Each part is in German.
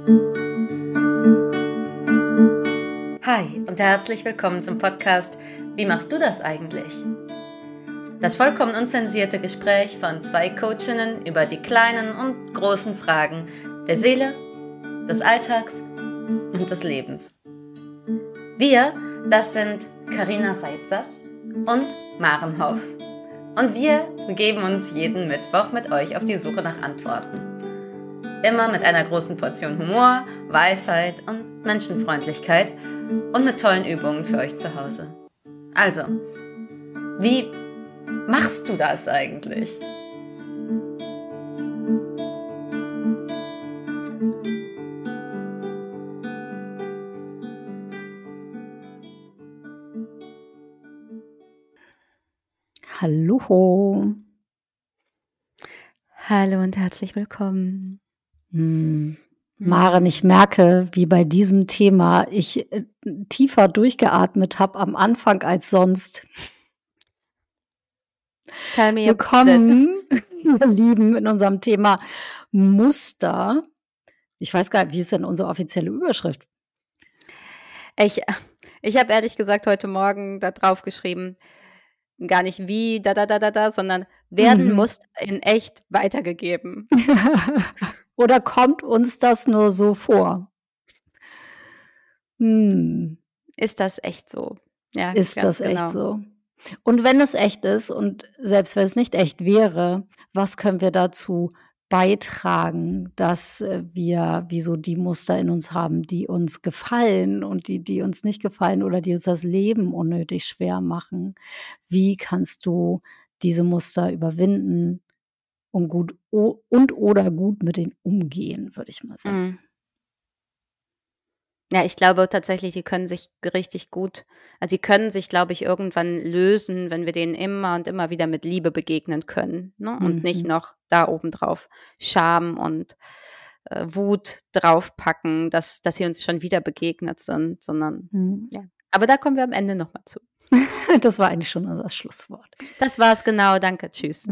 Hi und herzlich willkommen zum Podcast Wie machst du das eigentlich? Das vollkommen unzensierte Gespräch von zwei Coachinnen über die kleinen und großen Fragen der Seele, des Alltags und des Lebens. Wir, das sind Carina Seipsas und Maren Hoff. Und wir begeben uns jeden Mittwoch mit euch auf die Suche nach Antworten. Immer mit einer großen Portion Humor, Weisheit und Menschenfreundlichkeit und mit tollen Übungen für euch zu Hause. Also, wie machst du das eigentlich? Hallo. Hallo und herzlich willkommen. Maren, ich merke, wie bei diesem Thema ich tiefer durchgeatmet habe am Anfang als sonst. Tell me Willkommen, ihr Lieben, in unserem Thema Muster. Ich weiß gar nicht, wie ist denn unsere offizielle Überschrift? Ich habe ehrlich gesagt heute Morgen da drauf geschrieben, gar nicht wie, sondern werden muss in echt weitergegeben. Oder kommt uns das nur so vor? Ist das echt so? Ja, Ist ganz das echt genau. so? Und wenn es echt ist und selbst wenn es nicht echt wäre, was können wir dazu beitragen, dass wir so die Muster in uns haben, die uns gefallen und die uns nicht gefallen oder die uns das Leben unnötig schwer machen? Wie kannst du diese Muster überwinden und gut oder gut mit denen umgehen, würde ich mal sagen. Ja, ich glaube tatsächlich, die können sich richtig gut die können sich, glaube ich, irgendwann lösen, wenn wir denen immer und immer wieder mit Liebe begegnen können, ne? Und nicht noch da obendrauf Scham und Wut draufpacken, dass sie uns schon wieder begegnet sind, sondern ja. Aber da kommen wir am Ende noch mal zu. Das war eigentlich schon das Schlusswort. Das war's genau, danke, tschüss.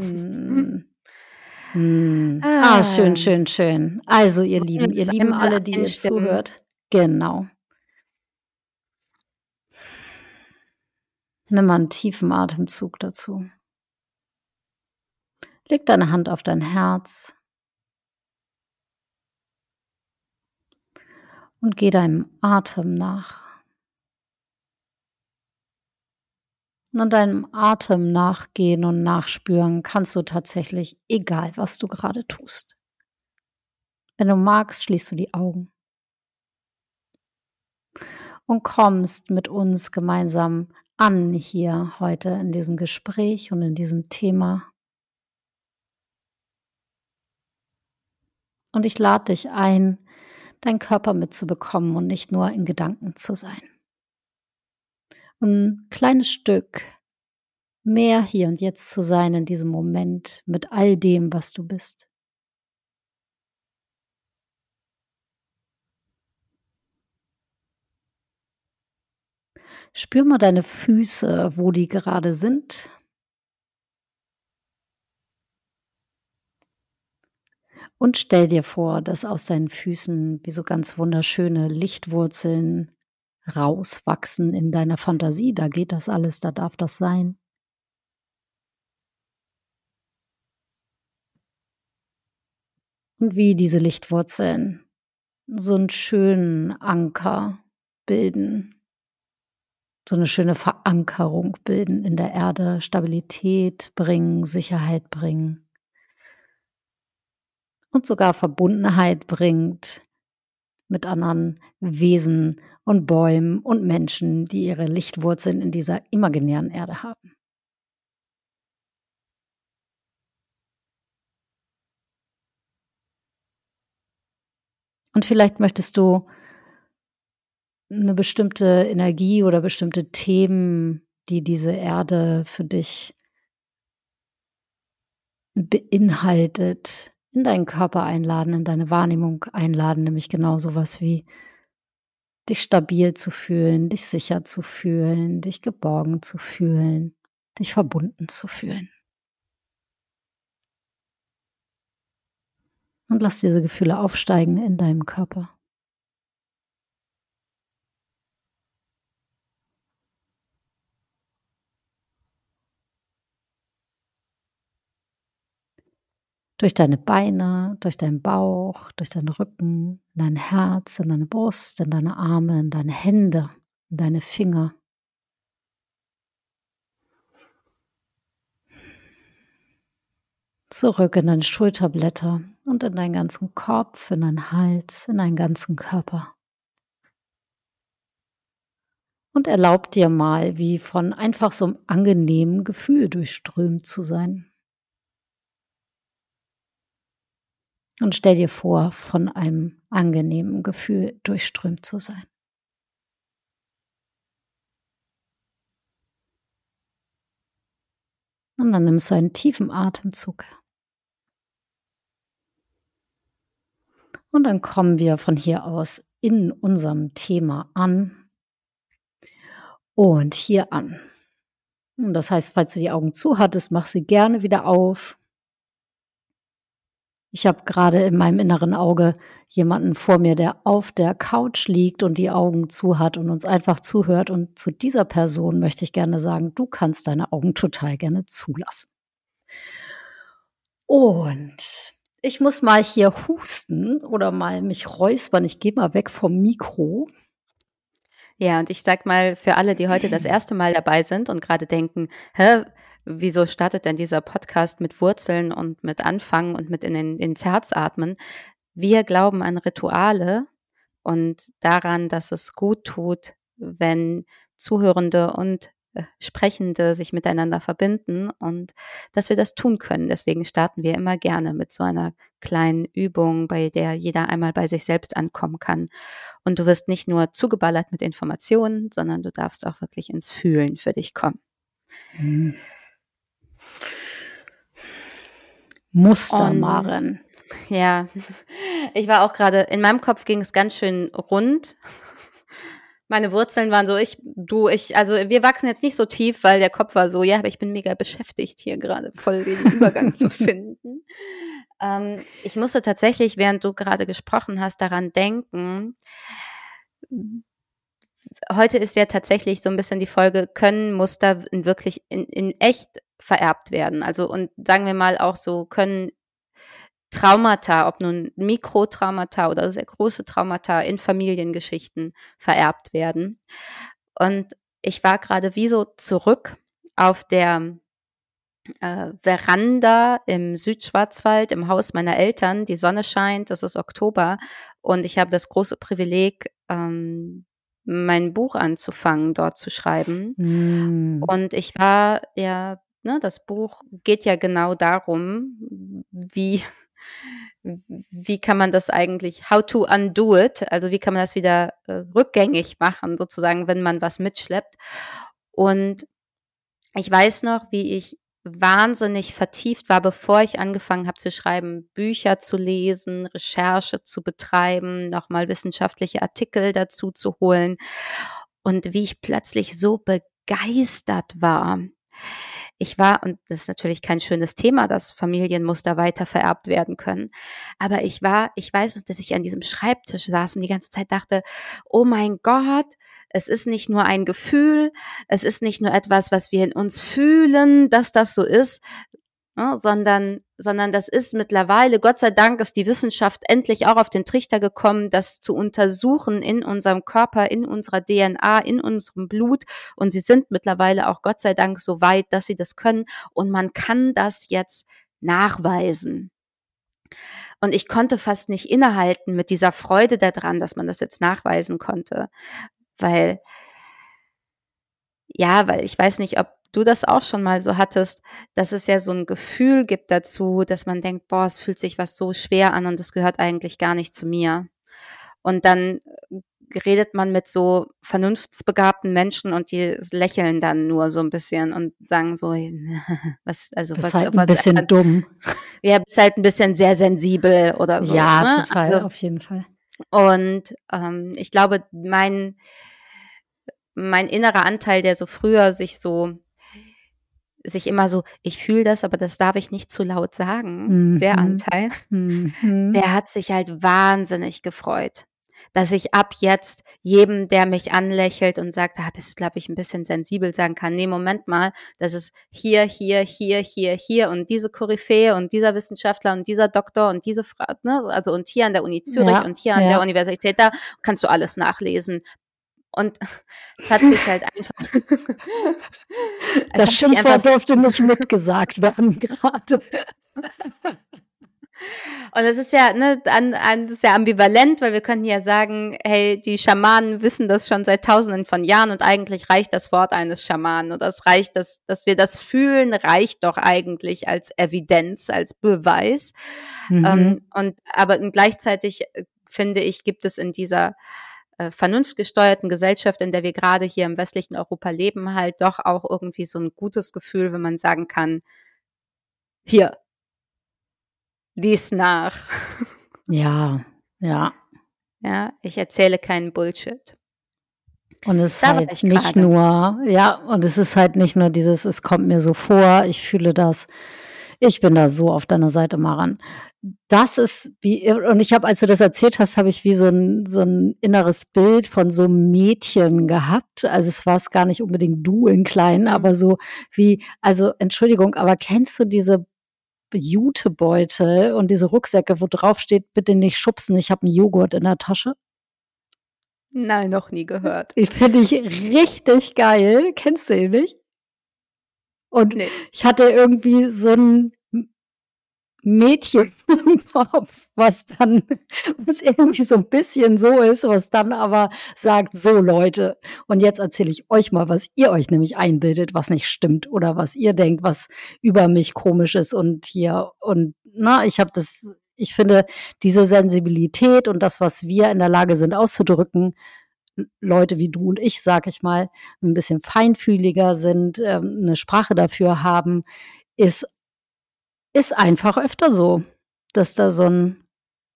Schön, schön, schön. Also, ihr Lieben alle, die ihr zuhört. Genau. Nimm mal einen tiefen Atemzug dazu. Leg deine Hand auf dein Herz und geh deinem Atem nach. Und an deinem Atem nachgehen und nachspüren kannst du tatsächlich, egal was du gerade tust. Wenn du magst, schließt du die Augen und kommst mit uns gemeinsam an hier heute in diesem Gespräch und in diesem Thema. Und ich lade dich ein, deinen Körper mitzubekommen und nicht nur in Gedanken zu sein. Und ein kleines Stück mehr hier und jetzt zu sein in diesem Moment mit all dem, was du bist. Spür mal deine Füße, wo die gerade sind. Und stell dir vor, dass aus deinen Füßen wie so ganz wunderschöne Lichtwurzeln rauswachsen in deiner Fantasie. Da geht das alles, da darf das sein. Und wie diese Lichtwurzeln so einen schönen Anker bilden, so eine schöne Verankerung bilden in der Erde, Stabilität bringen, Sicherheit bringen und sogar Verbundenheit bringt mit anderen Wesen und Bäumen und Menschen, die ihre Lichtwurzeln in dieser imaginären Erde haben. Und vielleicht möchtest du eine bestimmte Energie oder bestimmte Themen, die diese Erde für dich beinhaltet, in deinen Körper einladen, in deine Wahrnehmung einladen, nämlich genau so was wie dich stabil zu fühlen, dich sicher zu fühlen, dich geborgen zu fühlen, dich verbunden zu fühlen. Und lass diese Gefühle aufsteigen in deinem Körper. Durch deine Beine, durch deinen Bauch, durch deinen Rücken, in dein Herz, in deine Brust, in deine Arme, in deine Hände, in deine Finger. Zurück in deine Schulterblätter und in deinen ganzen Kopf, in deinen Hals, in deinen ganzen Körper. Und erlaub dir mal, wie von einfach so einem angenehmen Gefühl durchströmt zu sein. Und stell dir vor, von einem angenehmen Gefühl durchströmt zu sein. Und dann nimmst du einen tiefen Atemzug. Und dann kommen wir von hier aus in unserem Thema an. Und hier an. Und das heißt, falls du die Augen zu hattest, mach sie gerne wieder auf. Ich habe gerade in meinem inneren Auge jemanden vor mir, der auf der Couch liegt und die Augen zu hat und uns einfach zuhört. Und zu dieser Person möchte ich gerne sagen, du kannst deine Augen total gerne zulassen. Und ich muss mal hier husten oder mal mich räuspern. Ich gehe mal weg vom Mikro. Ja, und ich sag mal, für alle, die heute das erste Mal dabei sind und gerade denken, wieso startet denn dieser Podcast mit Wurzeln und mit Anfangen und mit ins Herz atmen? Wir glauben an Rituale und daran, dass es gut tut, wenn Zuhörende und Sprechende sich miteinander verbinden und dass wir das tun können. Deswegen starten wir immer gerne mit so einer kleinen Übung, bei der jeder einmal bei sich selbst ankommen kann. Und du wirst nicht nur zugeballert mit Informationen, sondern du darfst auch wirklich ins Fühlen für dich kommen. Mustermaren. Ja, ich war auch gerade, in meinem Kopf ging es ganz schön rund. Meine Wurzeln waren so, also wir wachsen jetzt nicht so tief, weil der Kopf war so, ja, aber ich bin mega beschäftigt hier gerade, voll den Übergang zu finden. Ich musste tatsächlich, während du gerade gesprochen hast, daran denken, heute ist ja tatsächlich so ein bisschen die Folge, können Muster in echt vererbt werden? Also, und sagen wir mal auch so, können Traumata, ob nun Mikrotraumata oder sehr große Traumata in Familiengeschichten vererbt werden. Und ich war gerade wie so zurück auf der Veranda im Südschwarzwald, im Haus meiner Eltern. Die Sonne scheint, es ist Oktober und ich habe das große Privileg, mein Buch anzufangen, dort zu schreiben. Und ich war ja, das Buch geht ja genau darum, wie kann man das eigentlich, how to undo it, also wie kann man das wieder rückgängig machen, sozusagen, wenn man was mitschleppt. Und ich weiß noch, wie ich wahnsinnig vertieft war, bevor ich angefangen habe zu schreiben, Bücher zu lesen, Recherche zu betreiben, nochmal wissenschaftliche Artikel dazu zu holen und wie ich plötzlich so begeistert war. Und das ist natürlich kein schönes Thema, dass Familienmuster weiter vererbt werden können, aber ich weiß, dass ich an diesem Schreibtisch saß und die ganze Zeit dachte, oh mein Gott, es ist nicht nur ein Gefühl, es ist nicht nur etwas, was wir in uns fühlen, dass das so ist, sondern das ist mittlerweile, Gott sei Dank, ist die Wissenschaft endlich auch auf den Trichter gekommen, das zu untersuchen in unserem Körper, in unserer DNA, in unserem Blut. Und sie sind mittlerweile auch Gott sei Dank so weit, dass sie das können. Und man kann das jetzt nachweisen. Und ich konnte fast nicht innehalten mit dieser Freude daran, dass man das jetzt nachweisen konnte. Weil ich weiß nicht, ob du das auch schon mal so hattest, dass es ja so ein Gefühl gibt dazu, dass man denkt, boah, es fühlt sich was so schwer an und es gehört eigentlich gar nicht zu mir. Und dann redet man mit so vernunftsbegabten Menschen und die lächeln dann nur so ein bisschen und sagen so, was, also was halt ein bisschen dumm. Ja, bist halt ein bisschen sehr sensibel oder so. Ja, total, also, auf jeden Fall. Und ich glaube, mein innerer Anteil, der so früher sich immer so, ich fühle das, aber das darf ich nicht zu laut sagen, der Anteil, der hat sich halt wahnsinnig gefreut. dass ich ab jetzt jedem, der mich anlächelt und sagt, bist du, glaube ich, ein bisschen sensibel, sagen kann, nee, Moment mal, das ist hier und diese Koryphäe und dieser Wissenschaftler und dieser Doktor und diese Frau, ne, also und hier an der Uni Zürich und hier an der Universität, da kannst du alles nachlesen. Und es hat sich halt einfach... Das Schimpfwort durfte nicht mitgesagt werden gerade. Und es ist ja, das ist ja ambivalent, weil wir könnten ja sagen, hey, die Schamanen wissen das schon seit Tausenden von Jahren und eigentlich reicht das Wort eines Schamanen oder es reicht, dass wir das fühlen, reicht doch eigentlich als Evidenz, als Beweis. Aber gleichzeitig finde ich, gibt es in dieser vernunftgesteuerten Gesellschaft, in der wir gerade hier im westlichen Europa leben, halt doch auch irgendwie so ein gutes Gefühl, wenn man sagen kann, hier, lies nach. Ja. Ja, ich erzähle keinen Bullshit. Und es ist halt nicht nur, und es ist halt nicht nur dieses, es kommt mir so vor, ich fühle das, ich bin da so auf deiner Seite, Maren. Das ist wie, und ich habe, als du das erzählt hast, habe ich wie so ein inneres Bild von so einem Mädchen gehabt. Also es war es gar nicht unbedingt du in klein, aber so wie, also Entschuldigung, aber kennst du diese Jutebeutel und diese Rucksäcke, wo drauf steht, bitte nicht schubsen, ich habe einen Joghurt in der Tasche? Nein, noch nie gehört. Finde ich richtig geil. Kennst du ihn nicht? Und ich hatte irgendwie so ein Mädchen im Kopf, was irgendwie so ein bisschen so ist, was dann aber sagt, so Leute, und jetzt erzähle ich euch mal, was ihr euch nämlich einbildet, was nicht stimmt oder was ihr denkt, was über mich komisch ist und hier und ich finde diese Sensibilität und das, was wir in der Lage sind auszudrücken, Leute wie du und ich, sag ich mal, ein bisschen feinfühliger sind, eine Sprache dafür haben, ist einfach öfter so, dass da so ein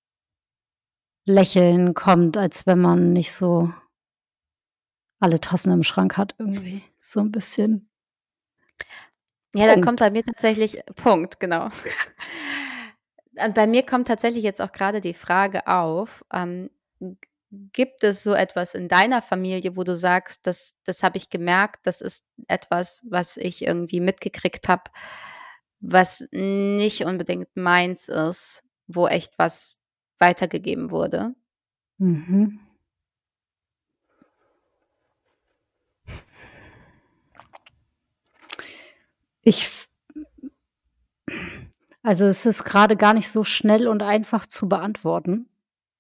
Lächeln kommt, als wenn man nicht so alle Tassen im Schrank hat irgendwie. So ein bisschen. Ja, da kommt bei mir tatsächlich Punkt, genau. Und bei mir kommt tatsächlich jetzt auch gerade die Frage auf, gibt es so etwas in deiner Familie, wo du sagst, das habe ich gemerkt, das ist etwas, was ich irgendwie mitgekriegt habe, was nicht unbedingt meins ist, wo echt was weitergegeben wurde? Mhm. Also es ist gerade gar nicht so schnell und einfach zu beantworten,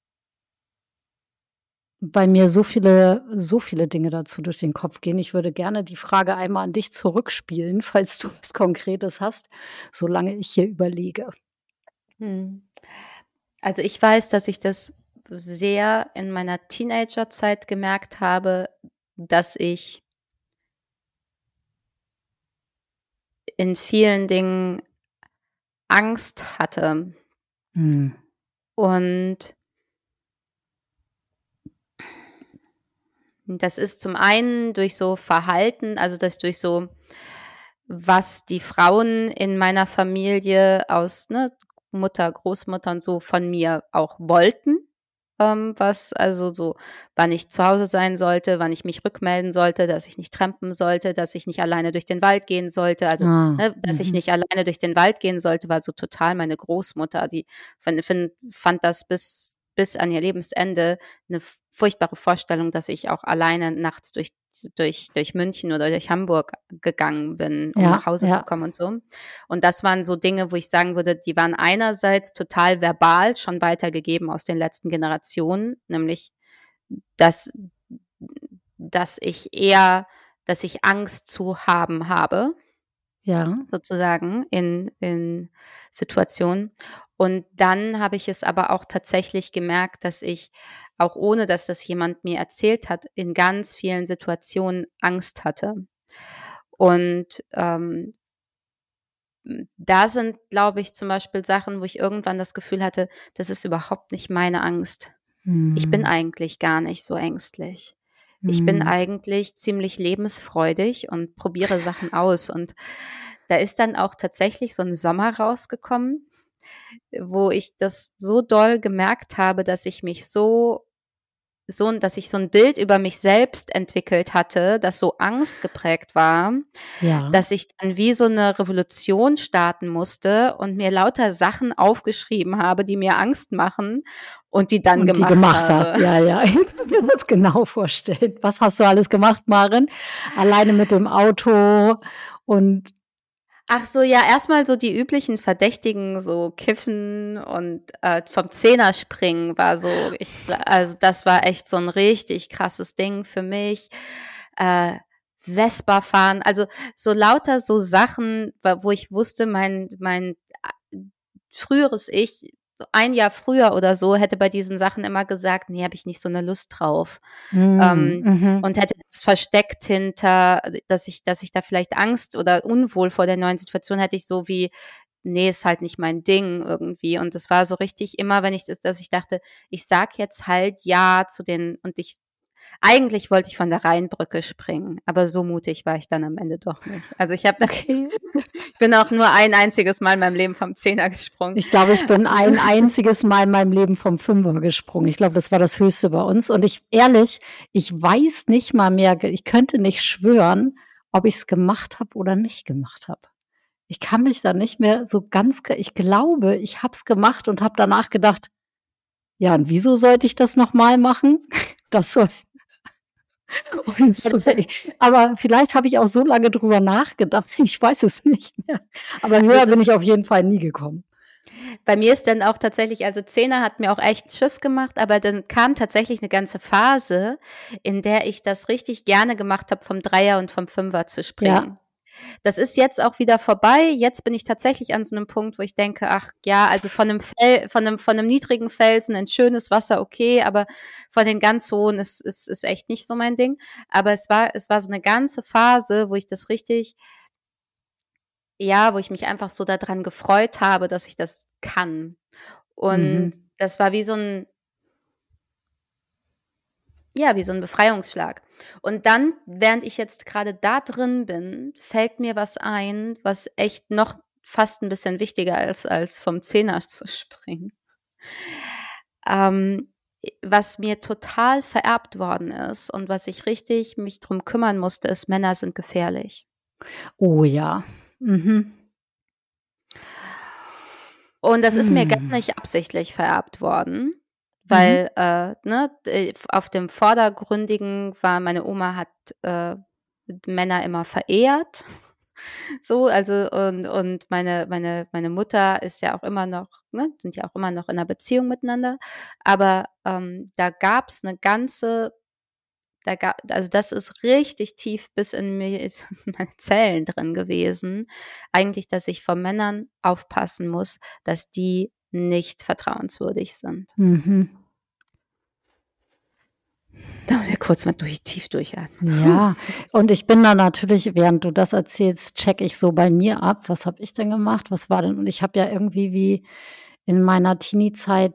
weil mir so viele Dinge dazu durch den Kopf gehen. Ich würde gerne die Frage einmal an dich zurückspielen, falls du was Konkretes hast, solange ich hier überlege. Also ich weiß, dass ich das sehr in meiner Teenagerzeit gemerkt habe, dass ich in vielen Dingen Angst hatte. Und das ist zum einen durch so Verhalten, also das durch so, was die Frauen in meiner Familie aus Mutter, Großmutter und so von mir auch wollten, was also so, wann ich zu Hause sein sollte, wann ich mich rückmelden sollte, dass ich nicht trampen sollte, dass ich nicht alleine durch den Wald gehen sollte, also dass ich nicht alleine durch den Wald gehen sollte, war so total meine Großmutter, die fand das bis an ihr Lebensende eine furchtbare Vorstellung, dass ich auch alleine nachts durch München oder durch Hamburg gegangen bin, um nach Hause zu kommen und so. Und das waren so Dinge, wo ich sagen würde, die waren einerseits total verbal schon weitergegeben aus den letzten Generationen, nämlich, dass ich Angst zu haben habe. Ja. Sozusagen in Situationen. Und dann habe ich es aber auch tatsächlich gemerkt, dass ich, auch ohne dass das jemand mir erzählt hat, in ganz vielen Situationen Angst hatte. Und da sind, glaube ich, zum Beispiel Sachen, wo ich irgendwann das Gefühl hatte, das ist überhaupt nicht meine Angst. Ich bin eigentlich gar nicht so ängstlich. Ich bin eigentlich ziemlich lebensfreudig und probiere Sachen aus. Und da ist dann auch tatsächlich so ein Sommer rausgekommen, wo ich das so doll gemerkt habe, dass ich mich so dass ich so ein Bild über mich selbst entwickelt hatte, das so angstgeprägt war, Ja. dass ich dann wie so eine Revolution starten musste und mir lauter Sachen aufgeschrieben habe, die mir Angst machen und die dann Und die gemacht gemacht habe. hast. Ja. Ich kann mir das genau vorstellen. Was hast du alles gemacht, Maren? Alleine mit dem Auto und Ach so, ja, erstmal so die üblichen Verdächtigen, so Kiffen und vom Zehner springen war so, also das war echt so ein richtig krasses Ding für mich. Vespa fahren, also so lauter so Sachen, wo ich wusste, mein früheres Ich, so ein Jahr früher oder so, hätte bei diesen Sachen immer gesagt, nee, habe ich nicht so eine Lust drauf. Und hätte das versteckt hinter, dass ich da vielleicht Angst oder unwohl vor der neuen Situation hätte ich so wie, nee, ist halt nicht mein Ding irgendwie. Und das war so richtig immer, wenn ich dass ich dachte, ich sag jetzt halt ja zu den, und eigentlich wollte ich von der Rheinbrücke springen, aber so mutig war ich dann am Ende doch nicht. Also ich bin auch nur ein einziges Mal in meinem Leben vom Zehner gesprungen. Ich glaube, ich bin ein einziges Mal in meinem Leben vom Fünfer gesprungen. Ich glaube, das war das Höchste bei uns. Und ich weiß nicht mal mehr, ich könnte nicht schwören, ob ich es gemacht habe oder nicht gemacht habe. Ich kann mich da nicht mehr so ich glaube, ich habe es gemacht und habe danach gedacht, ja, und wieso sollte ich das nochmal machen? Das soll. Aber vielleicht habe ich auch so lange drüber nachgedacht, ich weiß es nicht mehr. Aber höher bin ich auf jeden Fall nie gekommen. Bei mir ist dann auch tatsächlich, also Zehner hat mir auch echt Schiss gemacht, aber dann kam tatsächlich eine ganze Phase, in der ich das richtig gerne gemacht habe, vom Dreier und vom Fünfer zu springen. Ja. Das ist jetzt auch wieder vorbei. Jetzt bin ich tatsächlich an so einem Punkt, wo ich denke, ach ja, also von einem niedrigen Felsen in schönes Wasser, okay, aber von den ganz hohen ist echt nicht so mein Ding. Aber es war so eine ganze Phase, wo ich das richtig, ja, wo ich mich einfach so daran gefreut habe, dass ich das kann. Und das war wie so ein Befreiungsschlag. Und dann, während ich jetzt gerade da drin bin, fällt mir was ein, was echt noch fast ein bisschen wichtiger ist, als vom Zehner zu springen. Was mir total vererbt worden ist und was ich richtig mich drum kümmern musste, ist, Männer sind gefährlich. Oh ja. Und das ist mir gar nicht absichtlich vererbt worden. Weil auf dem Vordergründigen war, meine Oma hat Männer immer verehrt. So, also und meine Mutter ist ja auch immer noch, sind ja auch immer noch in einer Beziehung miteinander. Aber da gab's eine ganze, also das ist richtig tief bis in meine Zellen drin gewesen. Eigentlich, dass ich vor Männern aufpassen muss, dass die nicht vertrauenswürdig sind. Da muss ich kurz mal tief durchatmen. Ja, und ich bin da natürlich, während du das erzählst, checke ich so bei mir ab. Was habe ich denn gemacht? Was war denn? Und ich habe ja irgendwie wie in meiner Teenie-Zeit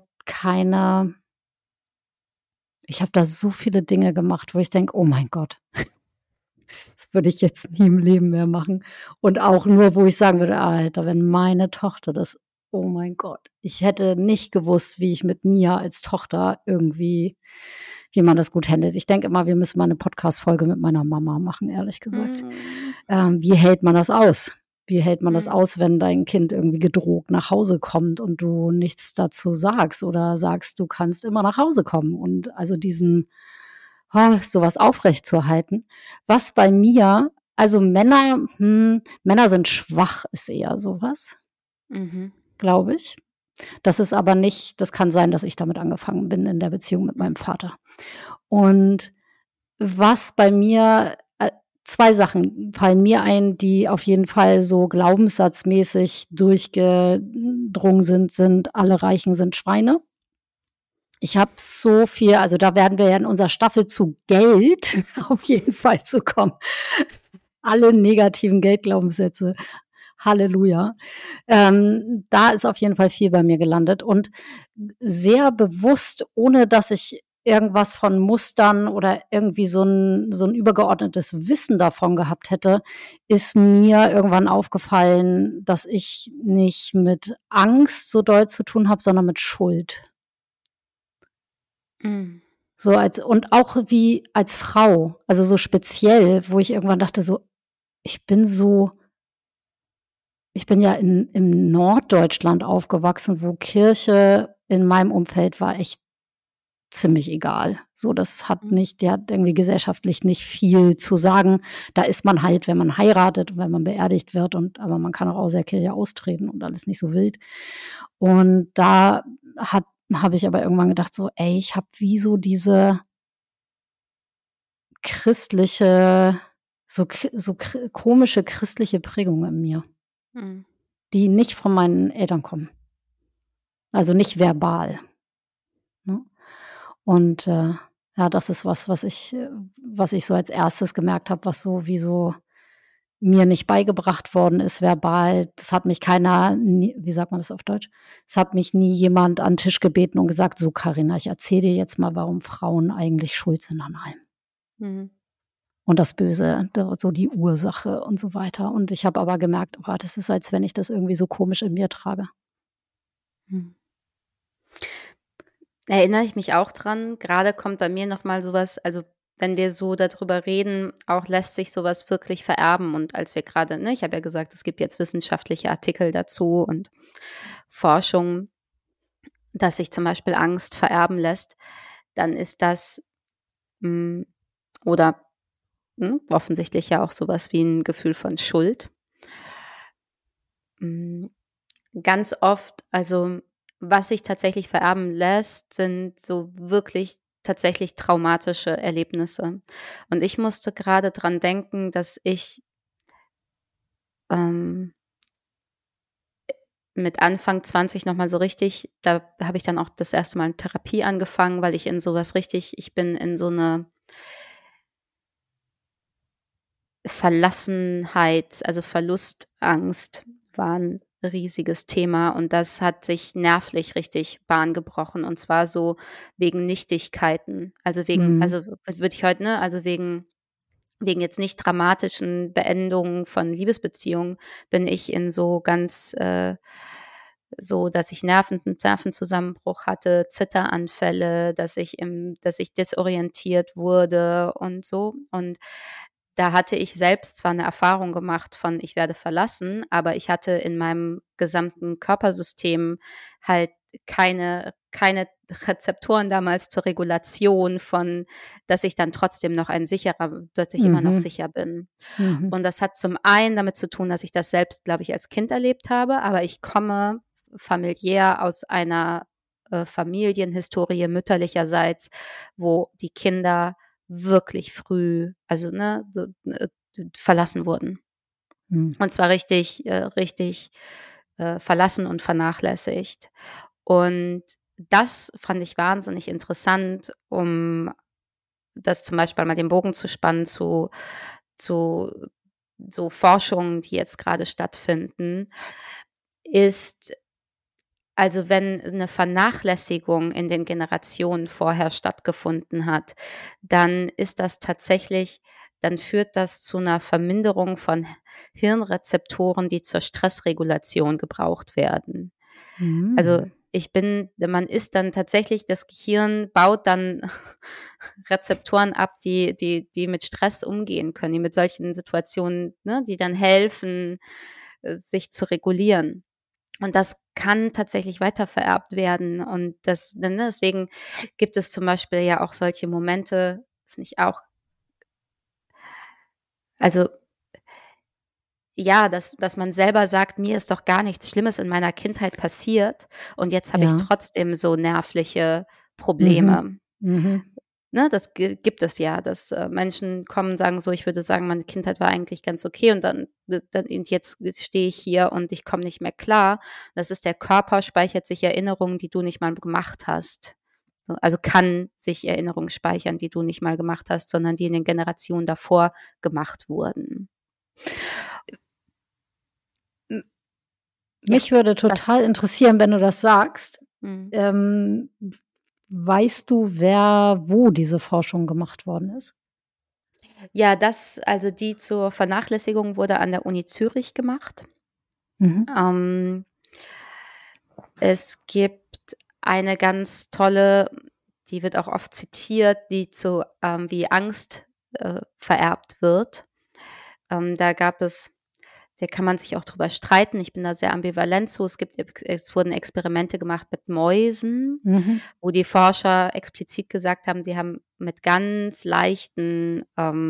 ich habe da so viele Dinge gemacht, wo ich denke, oh mein Gott, das würde ich jetzt nie im Leben mehr machen. Und auch nur, wo ich sagen würde, Alter, wenn meine Tochter oh mein Gott, ich hätte nicht gewusst, wie ich mit Mia als Tochter wie man das gut handelt. Ich denke immer, wir müssen mal eine Podcast-Folge mit meiner Mama machen, ehrlich gesagt. Wie hält man das aus? Wie hält man das aus, wenn dein Kind irgendwie gedroht nach Hause kommt und du nichts dazu sagst oder sagst, du kannst immer nach Hause kommen? Und also sowas aufrechtzuerhalten. Was bei mir, also Männer sind schwach, ist eher sowas, glaube ich. Das ist aber nicht, das kann sein, dass ich damit angefangen bin in der Beziehung mit meinem Vater. Und was bei mir, 2 Sachen fallen mir ein, die auf jeden Fall so glaubenssatzmäßig durchgedrungen sind, alle Reichen sind Schweine. Ich habe so viel, also da werden wir ja in unserer Staffel zu Geld auf jeden Fall zu kommen. Alle negativen Geldglaubenssätze. Halleluja. Da ist auf jeden Fall viel bei mir gelandet und sehr bewusst, ohne dass ich irgendwas von Mustern oder irgendwie so ein übergeordnetes Wissen davon gehabt hätte, ist mir irgendwann aufgefallen, dass ich nicht mit Angst so doll zu tun habe, sondern mit Schuld. Und auch wie als Frau, also so speziell, wo ich irgendwann dachte so, ich bin ja im Norddeutschland aufgewachsen, wo Kirche in meinem Umfeld war echt ziemlich egal. So, die hat irgendwie gesellschaftlich nicht viel zu sagen. Da ist man halt, wenn man heiratet und wenn man beerdigt wird aber man kann auch aus der Kirche austreten und alles nicht so wild. Und da habe ich aber irgendwann gedacht so, ey, ich habe wie so diese christliche, komische christliche Prägung in mir, die nicht von meinen Eltern kommen. Also nicht verbal. Ne? Und ja, das ist was ich so als erstes gemerkt habe, was so mir nicht beigebracht worden ist verbal. Das hat mich wie sagt man das auf Deutsch? Es hat mich nie jemand an den Tisch gebeten und gesagt, so Carina, ich erzähle dir jetzt mal, warum Frauen eigentlich schuld sind an allem. Mhm. Und das Böse, so die Ursache und so weiter. Und ich habe aber gemerkt, oh, das ist, als wenn ich das irgendwie so komisch in mir trage. Erinnere ich mich auch dran. Gerade kommt bei mir nochmal sowas, also wenn wir so darüber reden, auch lässt sich sowas wirklich vererben. Und als wir gerade, ich habe ja gesagt, es gibt jetzt wissenschaftliche Artikel dazu und Forschung, dass sich zum Beispiel Angst vererben lässt, dann ist das oder offensichtlich ja auch sowas wie ein Gefühl von Schuld. Ganz oft, also was sich tatsächlich vererben lässt, sind so wirklich tatsächlich traumatische Erlebnisse. Und ich musste gerade dran denken, dass ich mit Anfang 20 nochmal so richtig, da habe ich dann auch das erste Mal eine Therapie angefangen, weil ich ich bin in so eine Verlassenheit, also Verlustangst war ein riesiges Thema und das hat sich nervlich richtig Bahn gebrochen und zwar so wegen Nichtigkeiten. Also also würde ich heute, also wegen jetzt nicht dramatischen Beendungen von Liebesbeziehungen bin ich in so ganz so, dass ich Nervenzusammenbruch hatte, Zitteranfälle, dass ich desorientiert wurde und so. Und da hatte ich selbst zwar eine Erfahrung gemacht von, ich werde verlassen, aber ich hatte in meinem gesamten Körpersystem halt keine Rezeptoren damals zur Regulation von, dass ich dann trotzdem noch dass ich immer noch sicher bin. Und das hat zum einen damit zu tun, dass ich das selbst, glaube ich, als Kind erlebt habe, aber ich komme familiär aus einer Familienhistorie mütterlicherseits, wo die Kinder wirklich früh, also verlassen wurden. Und zwar richtig verlassen und vernachlässigt. Und das fand ich wahnsinnig interessant, um das zum Beispiel mal den Bogen zu spannen zu so Forschungen, die jetzt gerade stattfinden, ist, also wenn eine Vernachlässigung in den Generationen vorher stattgefunden hat, dann ist das tatsächlich, dann führt das zu einer Verminderung von Hirnrezeptoren, die zur Stressregulation gebraucht werden. Also man ist dann tatsächlich, das Gehirn baut dann Rezeptoren ab, die mit Stress umgehen können, die mit solchen Situationen, die dann helfen, sich zu regulieren. Und das kann tatsächlich weitervererbt werden. Und deswegen gibt es zum Beispiel ja auch solche Momente, finde ich auch, also ja, dass man selber sagt, mir ist doch gar nichts Schlimmes in meiner Kindheit passiert und jetzt habe ich trotzdem so nervliche Probleme. Das gibt es ja, dass Menschen kommen und sagen so, ich würde sagen, meine Kindheit war eigentlich ganz okay und dann jetzt stehe ich hier und ich komme nicht mehr klar. Das ist, der Körper speichert sich Erinnerungen, die du nicht mal gemacht hast. Also kann sich Erinnerungen speichern, die du nicht mal gemacht hast, sondern die in den Generationen davor gemacht wurden. Mich würde total interessieren, wenn du das sagst. Weißt du, wo diese Forschung gemacht worden ist? Ja, also die zur Vernachlässigung wurde an der Uni Zürich gemacht. Es gibt eine ganz tolle die wird auch oft zitiert, die zu wie Angst vererbt wird. Da kann man sich auch drüber streiten. Ich bin da sehr ambivalent zu. Es wurden Experimente gemacht mit Mäusen, wo die Forscher explizit gesagt haben, die haben mit ganz leichten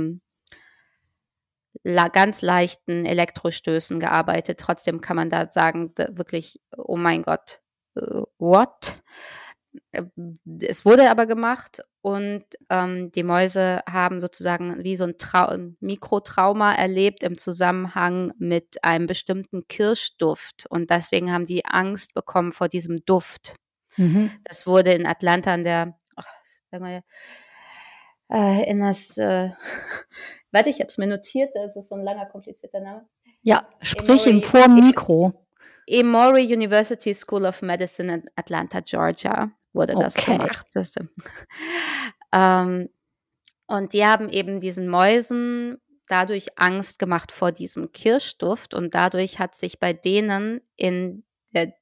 Elektrostößen gearbeitet. Trotzdem kann man da sagen, wirklich, oh mein Gott, what? Es wurde aber gemacht und die Mäuse haben sozusagen wie so ein Mikrotrauma erlebt im Zusammenhang mit einem bestimmten Kirschduft und deswegen haben die Angst bekommen vor diesem Duft. Das wurde in Atlanta warte, ich habe es mir notiert, das ist so ein langer, komplizierter Name. Ja, sprich im Mikro. Emory University School of Medicine in Atlanta, Georgia wurde das gemacht. Und die haben eben diesen Mäusen dadurch Angst gemacht vor diesem Kirschduft und dadurch hat sich bei denen in der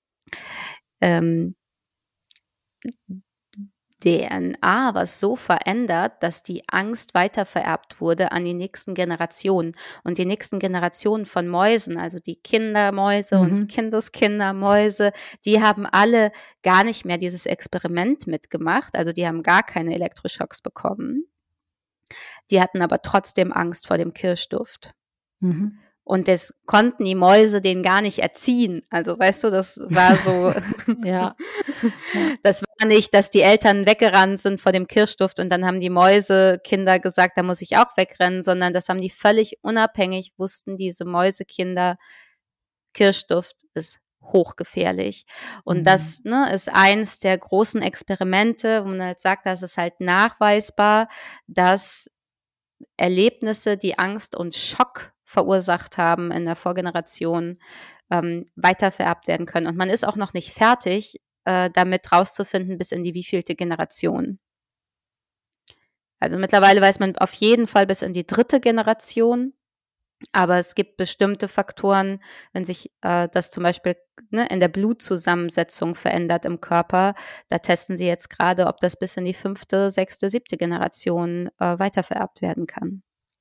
DNA was so verändert, dass die Angst weitervererbt wurde an die nächsten Generationen. Und die nächsten Generationen von Mäusen, also die Kindermäuse und die Kindeskindermäuse, die haben alle gar nicht mehr dieses Experiment mitgemacht. Also die haben gar keine Elektroschocks bekommen. Die hatten aber trotzdem Angst vor dem Kirschduft. Und das konnten die Mäuse denen gar nicht erziehen. Also weißt du, das war so, ja. Das war nicht, dass die Eltern weggerannt sind vor dem Kirschduft und dann haben die Mäusekinder gesagt, da muss ich auch wegrennen, sondern das haben die völlig unabhängig, wussten diese Mäusekinder, Kirschduft ist hochgefährlich. Und das ist eins der großen Experimente, wo man halt sagt, das ist halt nachweisbar, dass Erlebnisse, die Angst und Schock verursacht haben in der Vorgeneration, weitervererbt werden können. Und man ist auch noch nicht fertig, damit rauszufinden, bis in die wievielte Generation. Also mittlerweile weiß man auf jeden Fall bis in die 3. Generation, aber es gibt bestimmte Faktoren, wenn sich das zum Beispiel in der Blutzusammensetzung verändert im Körper, da testen sie jetzt gerade, ob das bis in die 5., 6., 7. Generation weitervererbt werden kann.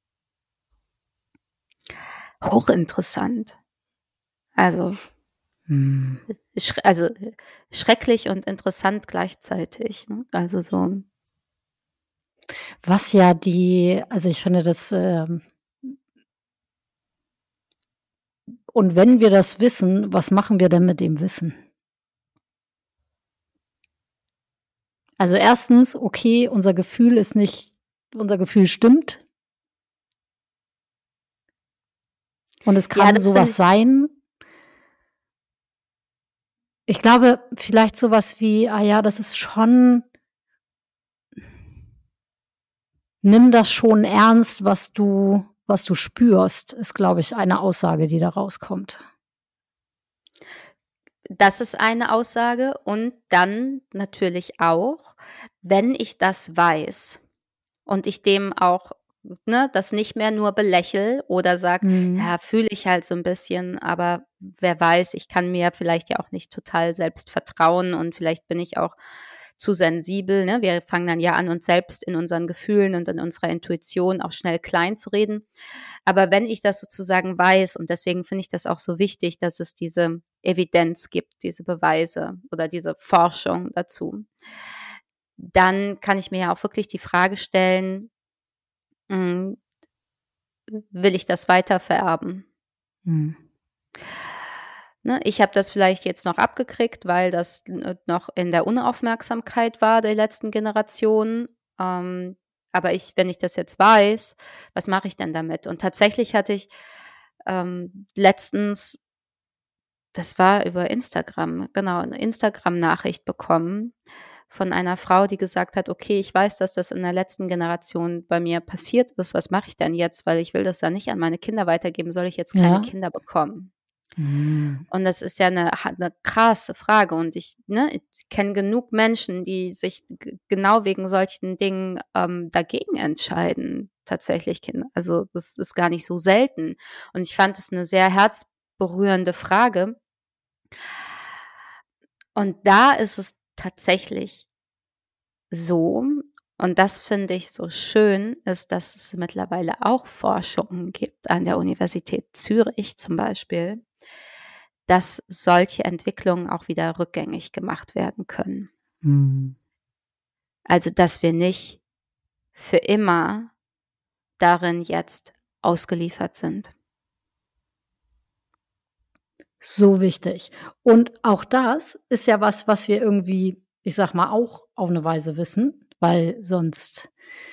Hochinteressant. Also schrecklich und interessant gleichzeitig. Ne? Also so. Was ja also ich finde das, und wenn wir das wissen, was machen wir denn mit dem Wissen? Also erstens, okay, unser Gefühl stimmt. Und es kann sowas sein. Ich glaube, vielleicht sowas wie, das ist schon, nimm das schon ernst, was du spürst, ist, glaube ich, eine Aussage, die da rauskommt. Das ist eine Aussage und dann natürlich auch, wenn ich das weiß und ich dem auch das nicht mehr nur belächel oder sag, ja, fühle ich halt so ein bisschen, aber wer weiß, ich kann mir vielleicht ja auch nicht total selbst vertrauen und vielleicht bin ich auch zu sensibel. Ne? Wir fangen dann ja an, uns selbst in unseren Gefühlen und in unserer Intuition auch schnell klein zu reden. Aber wenn ich das sozusagen weiß, und deswegen finde ich das auch so wichtig, dass es diese Evidenz gibt, diese Beweise oder diese Forschung dazu, dann kann ich mir ja auch wirklich die Frage stellen, will ich das weiter vererben? Ne, ich habe das vielleicht jetzt noch abgekriegt, weil das noch in der Unaufmerksamkeit war der letzten Generation. Aber wenn ich das jetzt weiß, was mache ich denn damit? Und tatsächlich hatte ich letztens, das war über Instagram, genau, eine Instagram-Nachricht bekommen von einer Frau, die gesagt hat, okay, ich weiß, dass das in der letzten Generation bei mir passiert ist. Was mache ich denn jetzt? Weil ich will das ja nicht an meine Kinder weitergeben. Soll ich jetzt keine Kinder bekommen? Und das ist ja eine krasse Frage. Und ich kenne genug Menschen, die sich genau wegen solchen Dingen dagegen entscheiden, tatsächlich Kinder. Also das ist gar nicht so selten. Und ich fand es eine sehr herzberührende Frage. Und da ist es tatsächlich so, und das finde ich so schön, ist, dass es mittlerweile auch Forschungen gibt an der Universität Zürich zum Beispiel, dass solche Entwicklungen auch wieder rückgängig gemacht werden können. Also, dass wir nicht für immer darin jetzt ausgeliefert sind. So wichtig. Und auch das ist ja was wir irgendwie, ich sag mal, auch auf eine Weise wissen, weil sonst,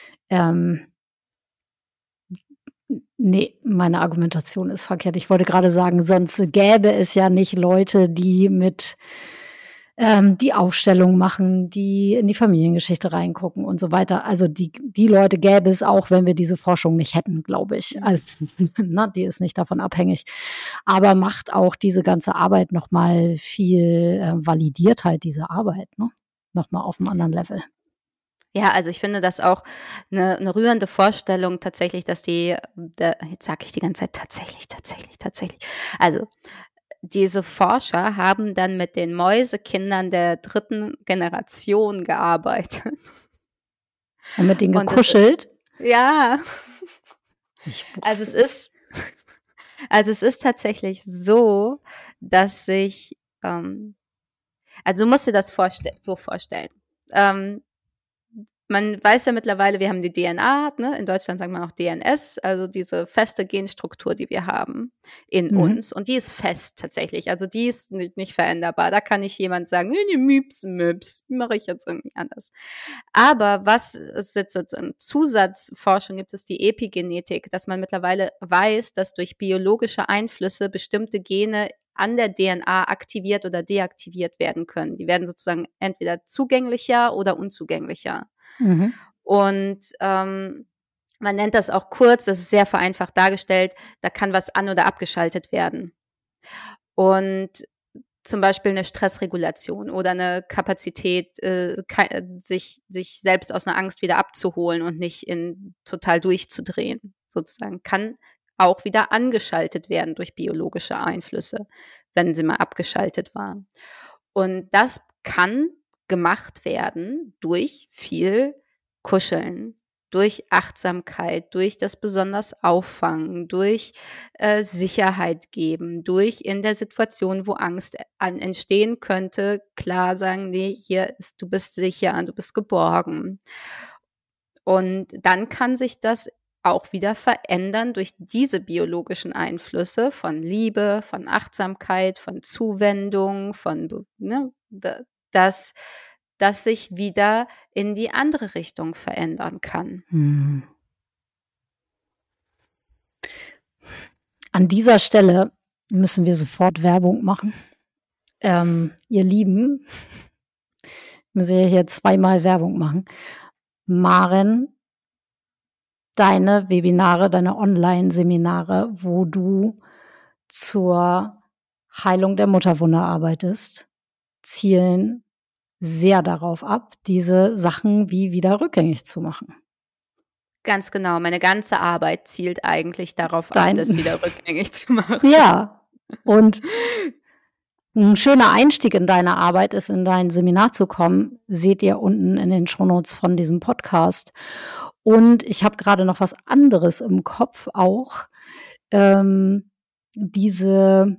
nee, meine Argumentation ist verkehrt. Ich wollte gerade sagen, sonst gäbe es ja nicht Leute, die mit die Aufstellung machen, die in die Familiengeschichte reingucken und so weiter. Also die Leute gäbe es auch, wenn wir diese Forschung nicht hätten, glaube ich. Also, die ist nicht davon abhängig. Aber macht auch diese ganze Arbeit nochmal viel, validiert halt diese Arbeit, ne? Nochmal auf einem anderen Level. Ja, also ich finde das auch eine rührende Vorstellung tatsächlich, dass jetzt sage ich die ganze Zeit tatsächlich. Also diese Forscher haben dann mit den Mäusekindern der 3. Generation gearbeitet. Und mit denen gekuschelt? Ja. Also es ist tatsächlich so, dass sich, also du musst dir das so vorstellen. Man weiß ja mittlerweile, wir haben die DNA, ne? In Deutschland sagt man auch DNS, also diese feste Genstruktur, die wir haben in uns. Und die ist fest tatsächlich. Also die ist nicht veränderbar. Da kann nicht jemand sagen, nee, Müps, mache ich jetzt irgendwie anders. Aber was es jetzt in Zusatzforschung gibt, ist die Epigenetik, dass man mittlerweile weiß, dass durch biologische Einflüsse bestimmte Gene an der DNA aktiviert oder deaktiviert werden können. Die werden sozusagen entweder zugänglicher oder unzugänglicher. Und man nennt das auch kurz, das ist sehr vereinfacht dargestellt, da kann was an- oder abgeschaltet werden. Und zum Beispiel eine Stressregulation oder eine Kapazität, sich selbst aus einer Angst wieder abzuholen und nicht total durchzudrehen, sozusagen, kann auch wieder angeschaltet werden durch biologische Einflüsse, wenn sie mal abgeschaltet waren. Und das kann gemacht werden durch viel Kuscheln, durch Achtsamkeit, durch das besonders Auffangen, durch Sicherheit geben, durch in der Situation, wo Angst entstehen könnte, klar sagen, nee, du bist sicher und du bist geborgen. Und dann kann sich das auch wieder verändern durch diese biologischen Einflüsse von Liebe, von Achtsamkeit, von Zuwendung, dass sich wieder in die andere Richtung verändern kann. An dieser Stelle müssen wir sofort Werbung machen. Ihr Lieben, müssen wir hier zweimal Werbung machen. Maren, deine Webinare, deine Online-Seminare, wo du zur Heilung der Mutterwunde arbeitest, zielen sehr darauf ab, diese Sachen wieder rückgängig zu machen. Ganz genau. Meine ganze Arbeit zielt eigentlich darauf ab, das wieder rückgängig zu machen. Ja, und ein schöner Einstieg in deine Arbeit ist, in dein Seminar zu kommen, seht ihr unten in den Shownotes von diesem Podcast. Und ich habe gerade noch was anderes im Kopf auch. Diese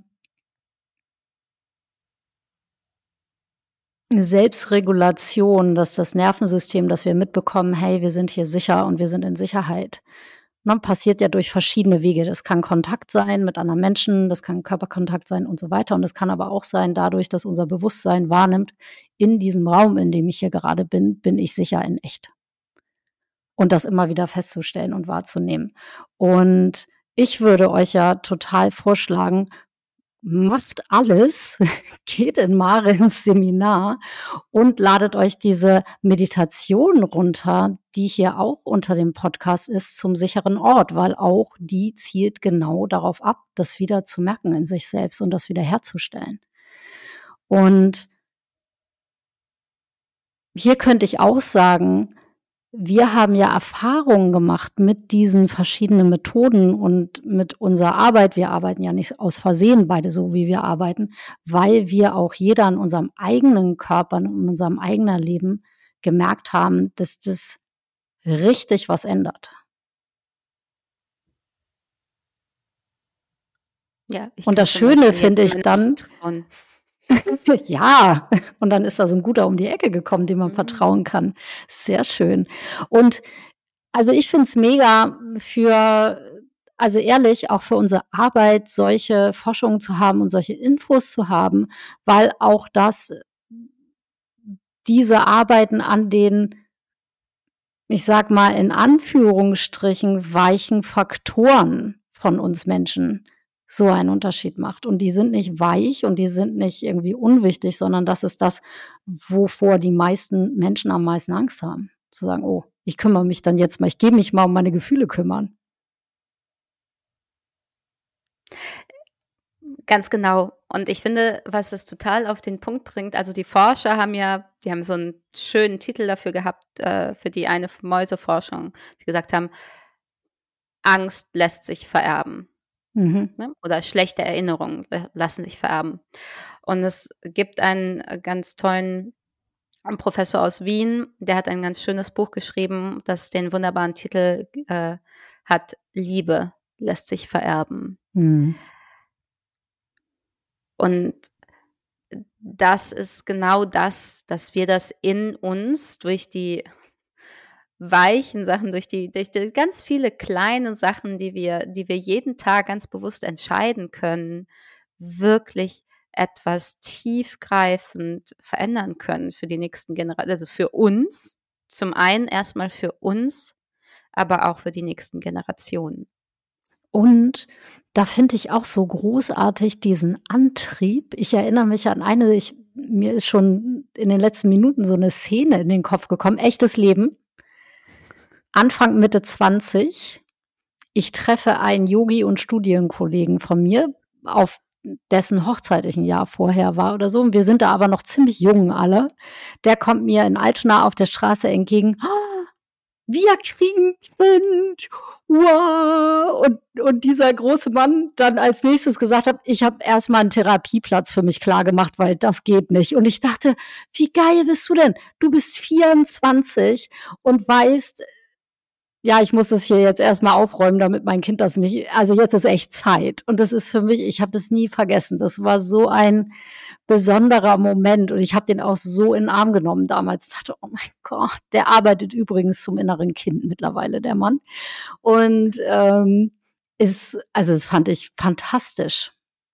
Selbstregulation, dass das Nervensystem, dass wir mitbekommen, hey, wir sind hier sicher und wir sind in Sicherheit, passiert ja durch verschiedene Wege. Das kann Kontakt sein mit anderen Menschen, das kann Körperkontakt sein und so weiter. Und es kann aber auch sein, dadurch, dass unser Bewusstsein wahrnimmt, in diesem Raum, in dem ich hier gerade bin ich sicher in echt. Und das immer wieder festzustellen und wahrzunehmen. Und ich würde euch ja total vorschlagen, macht alles, geht in Marens Seminar und ladet euch diese Meditation runter, die hier auch unter dem Podcast ist, zum sicheren Ort, weil auch die zielt genau darauf ab, das wieder zu merken in sich selbst und das wieder herzustellen. Und hier könnte ich auch sagen, wir haben ja Erfahrungen gemacht mit diesen verschiedenen Methoden und mit unserer Arbeit. Wir arbeiten ja nicht aus Versehen beide so, wie wir arbeiten, weil wir auch jeder in unserem eigenen Körper, in unserem eigenen Leben gemerkt haben, dass das richtig was ändert. Ja, ich Und kann das zum Schöne Beispiel finde jetzt ich dann, vertrauen. ja, und dann ist da so ein Guter um die Ecke gekommen, dem man vertrauen kann. Sehr schön. Und also ich finde es mega also ehrlich, auch für unsere Arbeit, solche Forschungen zu haben und solche Infos zu haben, weil auch diese Arbeiten an den, ich sag mal in Anführungsstrichen, weichen Faktoren von uns Menschen so einen Unterschied macht. Und die sind nicht weich und die sind nicht irgendwie unwichtig, sondern das ist das, wovor die meisten Menschen am meisten Angst haben. Zu sagen, oh, ich kümmere mich dann jetzt mal, ich gehe mich mal um meine Gefühle kümmern. Ganz genau. Und ich finde, was es total auf den Punkt bringt, also die Forscher die haben so einen schönen Titel dafür gehabt, für die eine Mäuseforschung, die gesagt haben, Angst lässt sich vererben. Mhm. Ne? Oder schlechte Erinnerungen lassen sich vererben. Und es gibt einen ganz tollen Professor aus Wien, der hat ein ganz schönes Buch geschrieben, das den wunderbaren Titel hat, Liebe lässt sich vererben. Mhm. Und das ist genau das, dass wir das in uns durch die weichen Sachen, durch die ganz viele kleine Sachen, die wir jeden Tag ganz bewusst entscheiden können, wirklich etwas tiefgreifend verändern können für die nächsten Generationen, also für uns, zum einen erstmal für uns, aber auch für die nächsten Generationen. Und da finde ich auch so großartig diesen Antrieb. Ich erinnere mich an mir ist schon in den letzten Minuten so eine Szene in den Kopf gekommen, echtes Leben. Anfang, Mitte 20. Ich treffe einen Yogi und Studienkollegen von mir, auf dessen Hochzeit ich ein Jahr vorher war oder so. Und wir sind da aber noch ziemlich jung alle. Der kommt mir in Altona auf der Straße entgegen. Oh, wir kriegen Kind. Wow. Und dieser große Mann dann als nächstes gesagt hat, ich habe erstmal einen Therapieplatz für mich klar gemacht, weil das geht nicht. Und ich dachte, wie geil bist du denn? Du bist 24 und weißt, ja, ich muss das hier jetzt erstmal aufräumen, damit mein Kind also jetzt ist echt Zeit. Und das ist für mich, ich habe das nie vergessen. Das war so ein besonderer Moment und ich habe den auch so in den Arm genommen damals. Ich dachte, oh mein Gott, der arbeitet übrigens zum inneren Kind mittlerweile, der Mann. Und das fand ich fantastisch.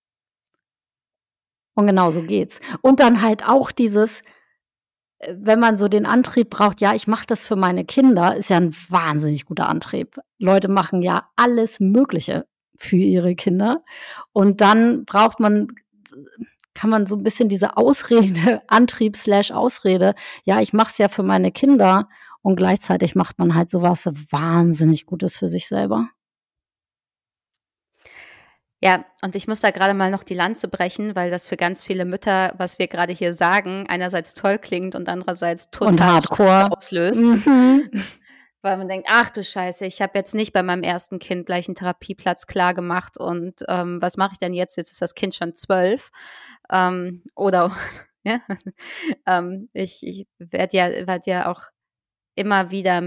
Und genau so geht's. Und dann halt auch wenn man so den Antrieb braucht, ja, ich mache das für meine Kinder, ist ja ein wahnsinnig guter Antrieb. Leute machen ja alles Mögliche für ihre Kinder. Und dann kann man so ein bisschen diese Ausrede, Antrieb/Ausrede, ja, ich mache es ja für meine Kinder. Und gleichzeitig macht man halt sowas wahnsinnig Gutes für sich selber. Ja, und ich muss da gerade mal noch die Lanze brechen, weil das für ganz viele Mütter, was wir gerade hier sagen, einerseits toll klingt und andererseits total Stress auslöst. Mhm. Weil man denkt, ach du Scheiße, ich habe jetzt nicht bei meinem ersten Kind gleich einen Therapieplatz klar gemacht und was mache ich denn jetzt? Jetzt ist das Kind schon 12. Oder ja, ich werd ja auch immer wieder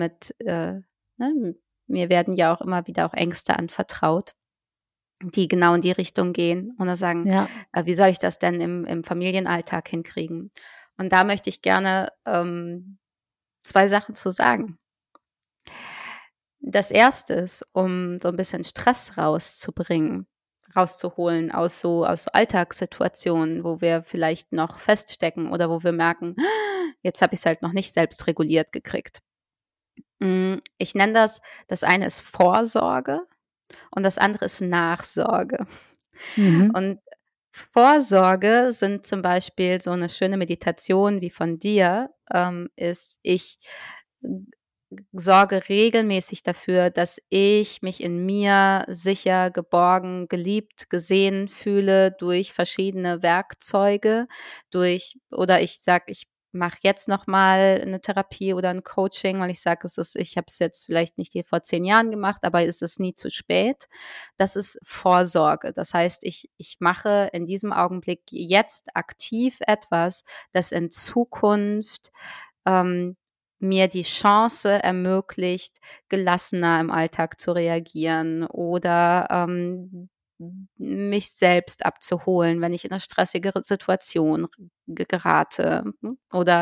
mir werden ja auch immer wieder auch Ängste anvertraut, die genau in die Richtung gehen und dann sagen, Ja. Wie soll ich das denn im Familienalltag hinkriegen? Und da möchte ich gerne 2 Sachen zu sagen. Das erste ist, um so ein bisschen Stress rauszuholen aus so Alltagssituationen, wo wir vielleicht noch feststecken oder wo wir merken, jetzt habe ich es halt noch nicht selbst reguliert gekriegt. Ich nenne das eine ist Vorsorge und das andere ist Nachsorge. Mhm. Und Vorsorge sind zum Beispiel so eine schöne Meditation wie von dir, ist, ich sorge regelmäßig dafür, dass ich mich in mir sicher, geborgen, geliebt, gesehen fühle durch verschiedene Werkzeuge, oder ich sage, ich mache jetzt noch mal eine Therapie oder ein Coaching, weil ich sage, ich habe es jetzt vielleicht nicht vor 10 Jahren gemacht, aber es ist nie zu spät. Das ist Vorsorge. Das heißt, ich mache in diesem Augenblick jetzt aktiv etwas, das in Zukunft mir die Chance ermöglicht, gelassener im Alltag zu reagieren oder mich selbst abzuholen, wenn ich in eine stressigere Situation gerate, oder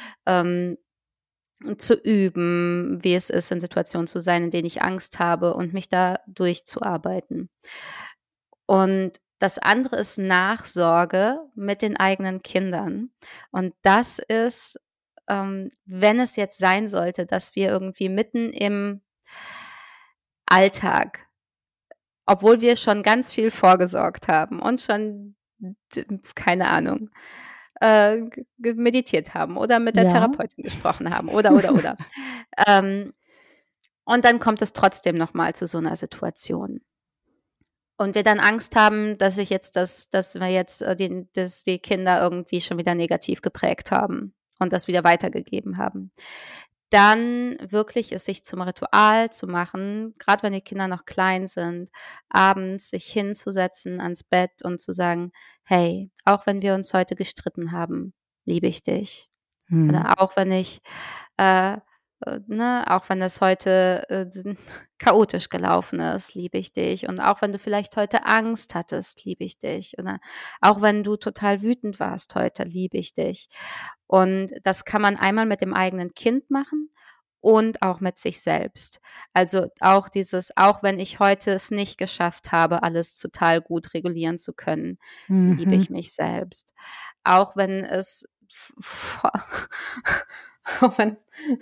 zu üben, wie es ist, in Situationen zu sein, in denen ich Angst habe und mich da durchzuarbeiten. Und das andere ist Nachsorge mit den eigenen Kindern. Und das ist, wenn es jetzt sein sollte, dass wir irgendwie mitten im Alltag, obwohl wir schon ganz viel vorgesorgt haben und schon, keine Ahnung, meditiert haben oder mit der Ja. Therapeutin gesprochen haben oder. Ähm, und dann kommt es trotzdem nochmal zu so einer Situation. Und wir dann Angst haben, dass wir jetzt dass die Kinder irgendwie schon wieder negativ geprägt haben und das wieder weitergegeben haben. Dann wirklich es sich zum Ritual zu machen, gerade wenn die Kinder noch klein sind, abends sich hinzusetzen ans Bett und zu sagen, hey, auch wenn wir uns heute gestritten haben, liebe ich dich. Oder auch wenn ich auch wenn das heute chaotisch gelaufen ist, liebe ich dich. Und auch wenn du vielleicht heute Angst hattest, liebe ich dich. Oder auch wenn du total wütend warst heute, liebe ich dich. Und das kann man einmal mit dem eigenen Kind machen und auch mit sich selbst. Also auch auch wenn ich heute es nicht geschafft habe, alles total gut regulieren zu können, liebe ich mich selbst. Auch wenn es auch wenn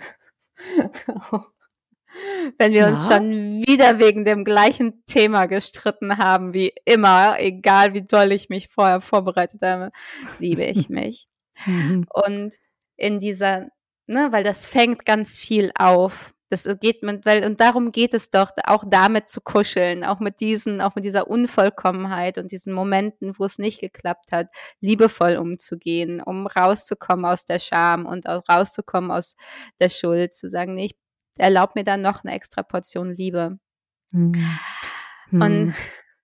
wenn wir uns Ja. schon wieder wegen dem gleichen Thema gestritten haben wie immer, egal wie doll ich mich vorher vorbereitet habe, liebe ich mich. Und in dieser, weil das fängt ganz viel auf. Und darum geht es doch, auch damit zu kuscheln, auch mit dieser Unvollkommenheit und diesen Momenten, wo es nicht geklappt hat, liebevoll umzugehen, um rauszukommen aus der Scham und auch rauszukommen aus der Schuld, zu sagen, nee, ich erlaube mir dann noch eine extra Portion Liebe. Und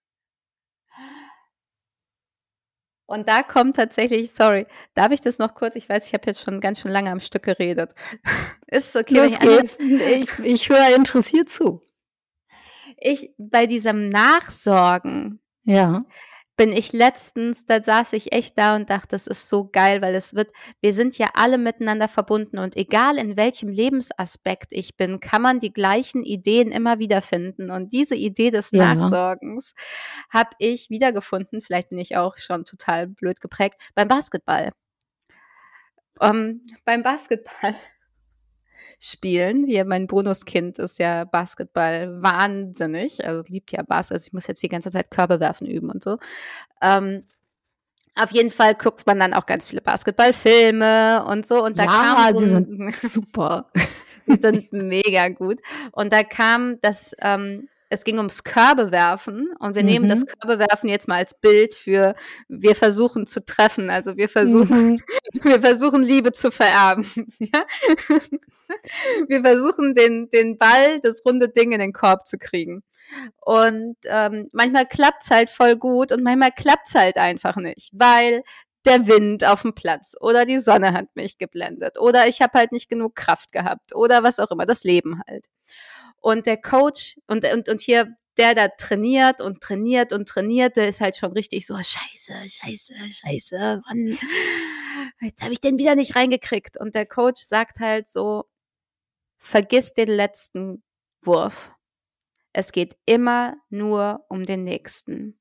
Und da kommt tatsächlich, sorry, darf ich das noch kurz? Ich weiß, ich habe jetzt schon ganz schön lange am Stück geredet. Ist okay, Los geht's. Ich höre interessiert zu. Bei diesem Nachsorgen Ja. da saß ich echt da und dachte, das ist so geil, weil wir sind ja alle miteinander verbunden und egal in welchem Lebensaspekt ich bin, kann man die gleichen Ideen immer wieder finden. Und diese Idee des Nachsorgens habe ich wiedergefunden, vielleicht bin ich auch schon total blöd geprägt, beim Basketball. Beim Basketball spielen. Hier, mein Bonuskind ist ja Basketball wahnsinnig, also liebt ja Basketball. Also ich muss jetzt die ganze Zeit Körbe werfen üben und so. Auf jeden Fall guckt man dann auch ganz viele Basketballfilme und so. Und da kam die sind super. Die sind mega gut. Und da kam das, es ging ums Körbewerfen und wir nehmen das Körbewerfen jetzt mal als Bild für, wir versuchen zu treffen, also wir versuchen Liebe zu vererben. Ja? Wir versuchen den Ball, das runde Ding in den Korb zu kriegen. Und manchmal klappt's halt voll gut und manchmal klappt's halt einfach nicht, weil der Wind auf dem Platz oder die Sonne hat mich geblendet oder ich habe halt nicht genug Kraft gehabt oder was auch immer, das Leben halt. Und der Coach und hier der da trainiert, der ist halt schon richtig so, scheiße, Mann, jetzt habe ich den wieder nicht reingekriegt. Und der Coach sagt halt so, vergiss den letzten Wurf. Es geht immer nur um den nächsten.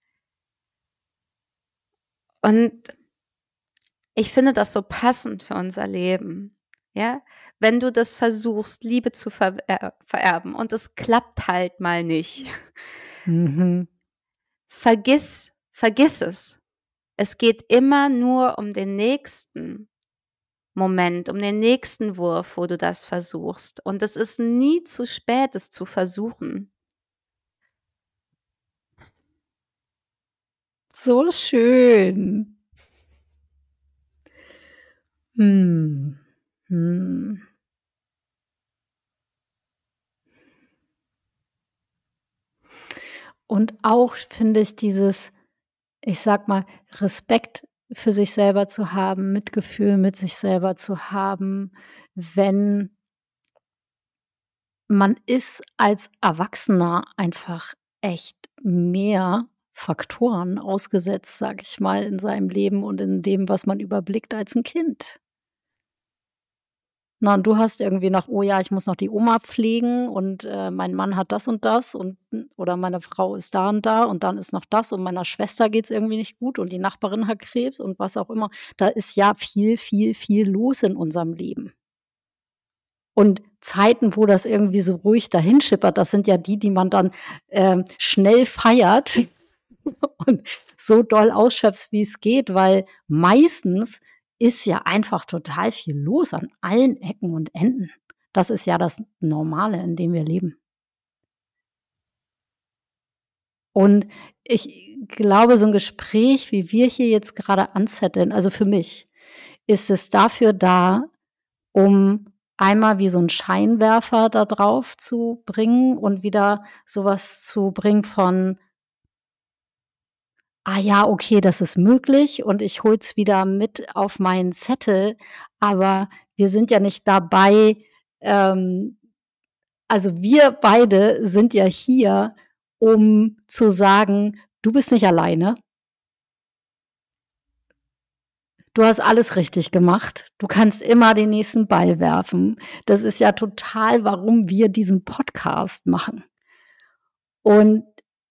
Und ich finde das so passend für unser Leben. Ja, wenn du das versuchst, Liebe zu vererben und es klappt halt mal nicht, vergiss es. Es geht immer nur um den nächsten Moment, um den nächsten Wurf, wo du das versuchst. Und es ist nie zu spät, es zu versuchen. So schön. Und auch finde ich dieses, ich sag mal, Respekt für sich selber zu haben, Mitgefühl mit sich selber zu haben, wenn man ist als Erwachsener einfach echt mehr Faktoren ausgesetzt, sage ich mal, in seinem Leben und in dem, was man überblickt als ein Kind. Na, und du hast irgendwie noch, oh ja, ich muss noch die Oma pflegen und mein Mann hat das und das und oder meine Frau ist da und da und dann ist noch das und meiner Schwester geht's irgendwie nicht gut und die Nachbarin hat Krebs und was auch immer. Da ist ja viel, viel, viel los in unserem Leben. Und Zeiten, wo das irgendwie so ruhig dahinschippert, das sind ja die man dann schnell feiert und so doll ausschöpft, wie es geht, weil meistens ist ja einfach total viel los an allen Ecken und Enden. Das ist ja das Normale, in dem wir leben. Und ich glaube, so ein Gespräch, wie wir hier jetzt gerade anzetteln, also für mich, ist es dafür da, um einmal wie so 'n Scheinwerfer da drauf zu bringen und wieder so was zu bringen von: „Ah ja, okay, das ist möglich und ich hole es wieder mit auf meinen Zettel“, aber wir sind ja nicht dabei, also wir beide sind ja hier, um zu sagen: „Du bist nicht alleine. Du hast alles richtig gemacht. Du kannst immer den nächsten Ball werfen.“ Das ist ja total, warum wir diesen Podcast machen. Und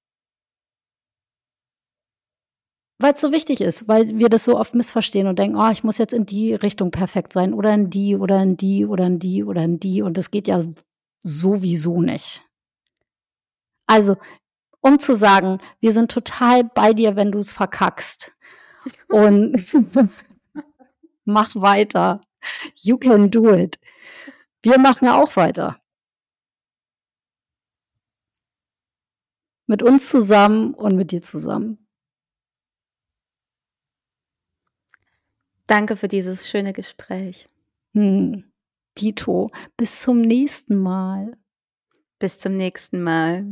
weil's so wichtig ist, weil wir das so oft missverstehen und denken: „Oh, ich muss jetzt in die Richtung perfekt sein oder in die oder in die oder in die oder in die“ und das geht ja sowieso nicht. Also, um zu sagen, wir sind total bei dir, wenn du's verkackst und mach weiter. You can do it. Wir machen auch weiter. Mit uns zusammen und mit dir zusammen. Danke für dieses schöne Gespräch. Dito, bis zum nächsten Mal. Bis zum nächsten Mal.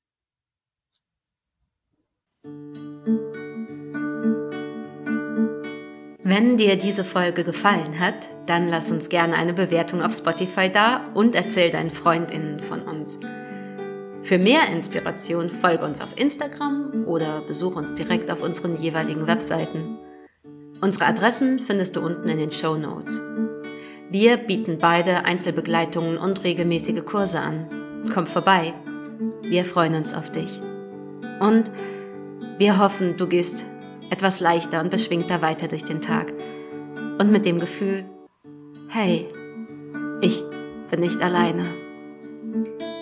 Wenn dir diese Folge gefallen hat, dann lass uns gerne eine Bewertung auf Spotify da und erzähl deinen FreundInnen von uns. Für mehr Inspiration folge uns auf Instagram oder besuch uns direkt auf unseren jeweiligen Webseiten. Unsere Adressen findest du unten in den Shownotes. Wir bieten beide Einzelbegleitungen und regelmäßige Kurse an. Komm vorbei. Wir freuen uns auf dich. Und wir hoffen, du gehst etwas leichter und beschwingter weiter durch den Tag. Und mit dem Gefühl, hey, ich bin nicht alleine.